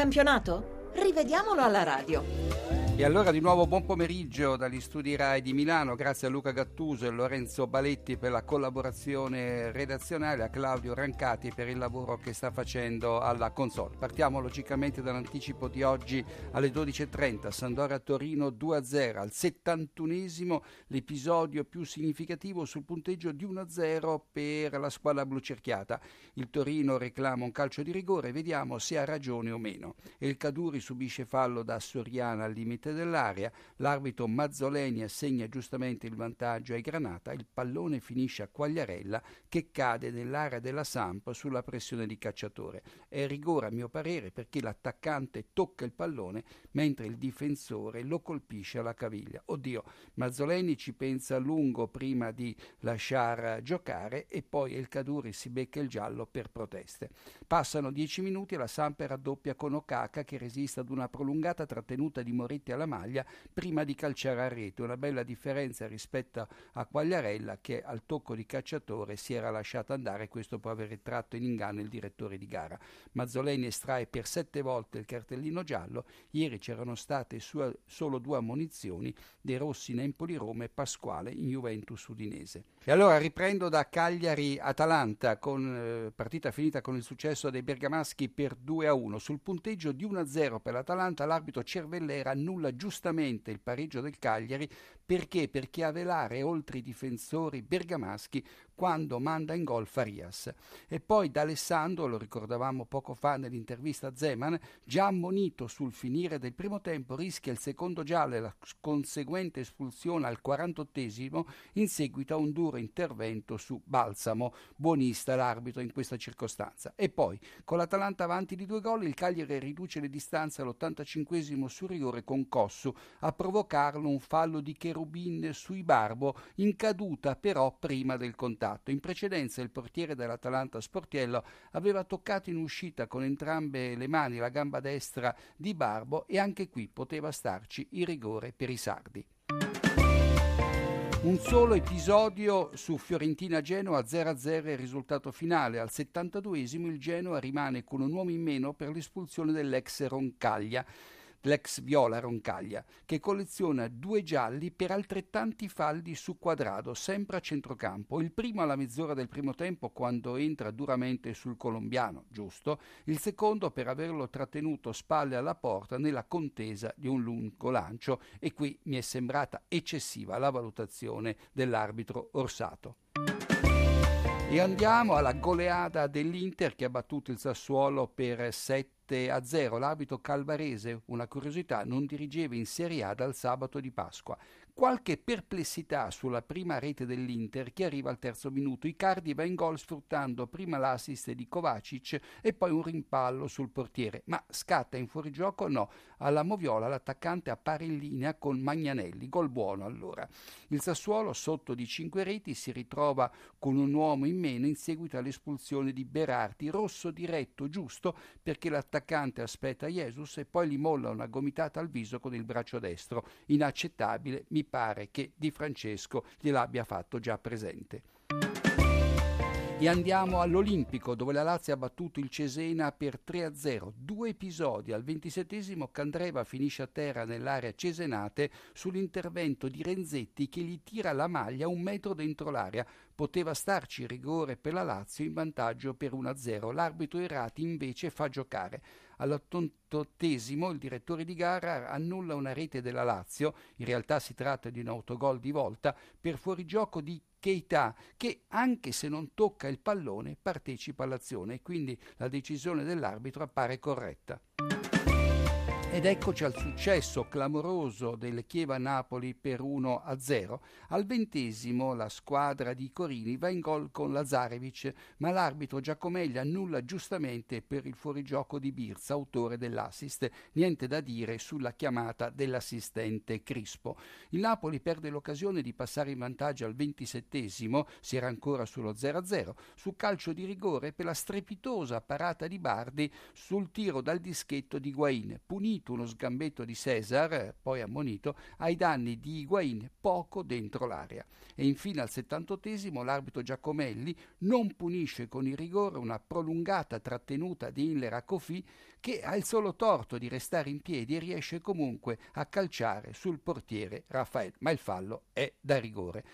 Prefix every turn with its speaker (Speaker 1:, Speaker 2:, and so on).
Speaker 1: campionato? Rivediamolo alla radio.
Speaker 2: E allora di nuovo buon pomeriggio dagli studi RAI di Milano, grazie a Luca Gattuso e Lorenzo Baletti per la collaborazione redazionale, a Claudio Rancati per il lavoro che sta facendo alla console. Partiamo logicamente dall'anticipo di oggi alle 12.30, Sampdoria-Torino 2-0, al 71esimo l'episodio più significativo sul punteggio di 1-0 per la squadra blucerchiata. Il Torino reclama un calcio di rigore, vediamo se ha ragione o meno. El Kaddouri subisce fallo da Soriano al limite dell'area, l'arbitro Mazzoleni assegna giustamente il vantaggio ai Granata, il pallone finisce a Quagliarella che cade nell'area della Samp sulla pressione di Cacciatore. È rigore a mio parere perché l'attaccante tocca il pallone mentre il difensore lo colpisce alla caviglia. Oddio, Mazzoleni ci pensa a lungo prima di lasciar giocare e poi El Kaddouri si becca il giallo per proteste. Passano 10 minuti e la Samp raddoppia con Okaka che resiste ad una prolungata trattenuta di Moretti alla maglia prima di calciare a rete, una bella differenza rispetto a Quagliarella che al tocco di Cacciatore si era lasciato andare, questo può aver tratto in inganno il direttore di gara. Mazzoleni estrae per 7 volte il cartellino giallo, ieri c'erano state solo 2 ammonizioni, De Rossi in Empoli-Roma e Pasquale in Juventus-Udinese. E allora riprendo da Cagliari-Atalanta, con partita finita con il successo dei bergamaschi per 2-1. Sul punteggio di 1-0 per l'Atalanta l'arbitro Cervellera annulla giustamente il pareggio del Cagliari. Perché? Perché a velare oltre i difensori bergamaschi quando manda in gol Farias. E poi D'Alessandro, lo ricordavamo poco fa nell'intervista a Zeman, già ammonito sul finire del primo tempo, rischia il secondo giallo e la conseguente espulsione al 48esimo in seguito a un duro intervento su Balsamo, buonista l'arbitro in questa circostanza. E poi, con l'Atalanta avanti di 2 gol, il Cagliari riduce le distanze all'85esimo su rigore con Cossu, a provocarlo un fallo di Cherubin sui Barbo, in caduta però prima del contatto. In precedenza il portiere dell'Atalanta Sportiello aveva toccato in uscita con entrambe le mani la gamba destra di Barbo e anche qui poteva starci il rigore per i sardi. Un solo episodio su Fiorentina-Genoa 0-0 il risultato finale. Al 72esimo il Genoa rimane con un uomo in meno per l'espulsione dell'ex Viola Roncaglia, che colleziona 2 gialli per altrettanti falli su Quadrado, sempre a centrocampo. Il primo alla mezz'ora del primo tempo quando entra duramente sul colombiano, giusto? Il secondo per averlo trattenuto spalle alla porta nella contesa di un lungo lancio, e qui mi è sembrata eccessiva la valutazione dell'arbitro Orsato. E andiamo alla goleada dell'Inter che ha battuto il Sassuolo per 7-0. L'arbitro Calvarese, una curiosità, non dirigeva in Serie A dal sabato di Pasqua. Qualche perplessità sulla prima rete dell'Inter che arriva al terzo minuto. Icardi va in gol sfruttando prima l'assist di Kovacic e poi un rimpallo sul portiere, ma scatta in fuorigioco? No. Alla Moviola l'attaccante appare in linea con Magnanelli, gol buono allora. Il Sassuolo, sotto di 5 reti, si ritrova con un uomo in meno in seguito all'espulsione di Berardi, rosso diretto giusto perché l'attaccante aspetta Jesus e poi gli molla una gomitata al viso con il braccio destro. Inaccettabile, mi pare che Di Francesco gliel'abbia fatto già presente. E andiamo all'Olimpico, dove la Lazio ha battuto il Cesena per 3-0. 2 episodi. Al 27esimo Candreva finisce a terra nell'area cesenate sull'intervento di Renzetti che gli tira la maglia 1 metro dentro l'area. Poteva starci il rigore per la Lazio in vantaggio per 1-0. L'arbitro Errati invece fa giocare. All'88esimo il direttore di gara annulla una rete della Lazio, in realtà si tratta di un autogol di volta, per fuorigioco di Keita, che anche se non tocca il pallone partecipa all'azione e quindi la decisione dell'arbitro appare corretta. Ed eccoci al successo clamoroso del Chieva-Napoli per 1-0. Al 20esimo la squadra di Corini va in gol con Lazarevic, ma l'arbitro Giacomelli annulla giustamente per il fuorigioco di Birza, autore dell'assist. Niente da dire sulla chiamata dell'assistente Crispo. Il Napoli perde l'occasione di passare in vantaggio al 27esimo, si era ancora sullo 0-0, su calcio di rigore per la strepitosa parata di Bardi sul tiro dal dischetto di Higuaín, punito avuto uno sgambetto di Cesar, poi ammonito, ai danni di Higuain poco dentro l'area. E infine al 78esimo l'arbitro Giacomelli non punisce con il rigore una prolungata trattenuta di Inler a Kofi, che ha il solo torto di restare in piedi e riesce comunque a calciare sul portiere Rafael, ma il fallo è da rigore.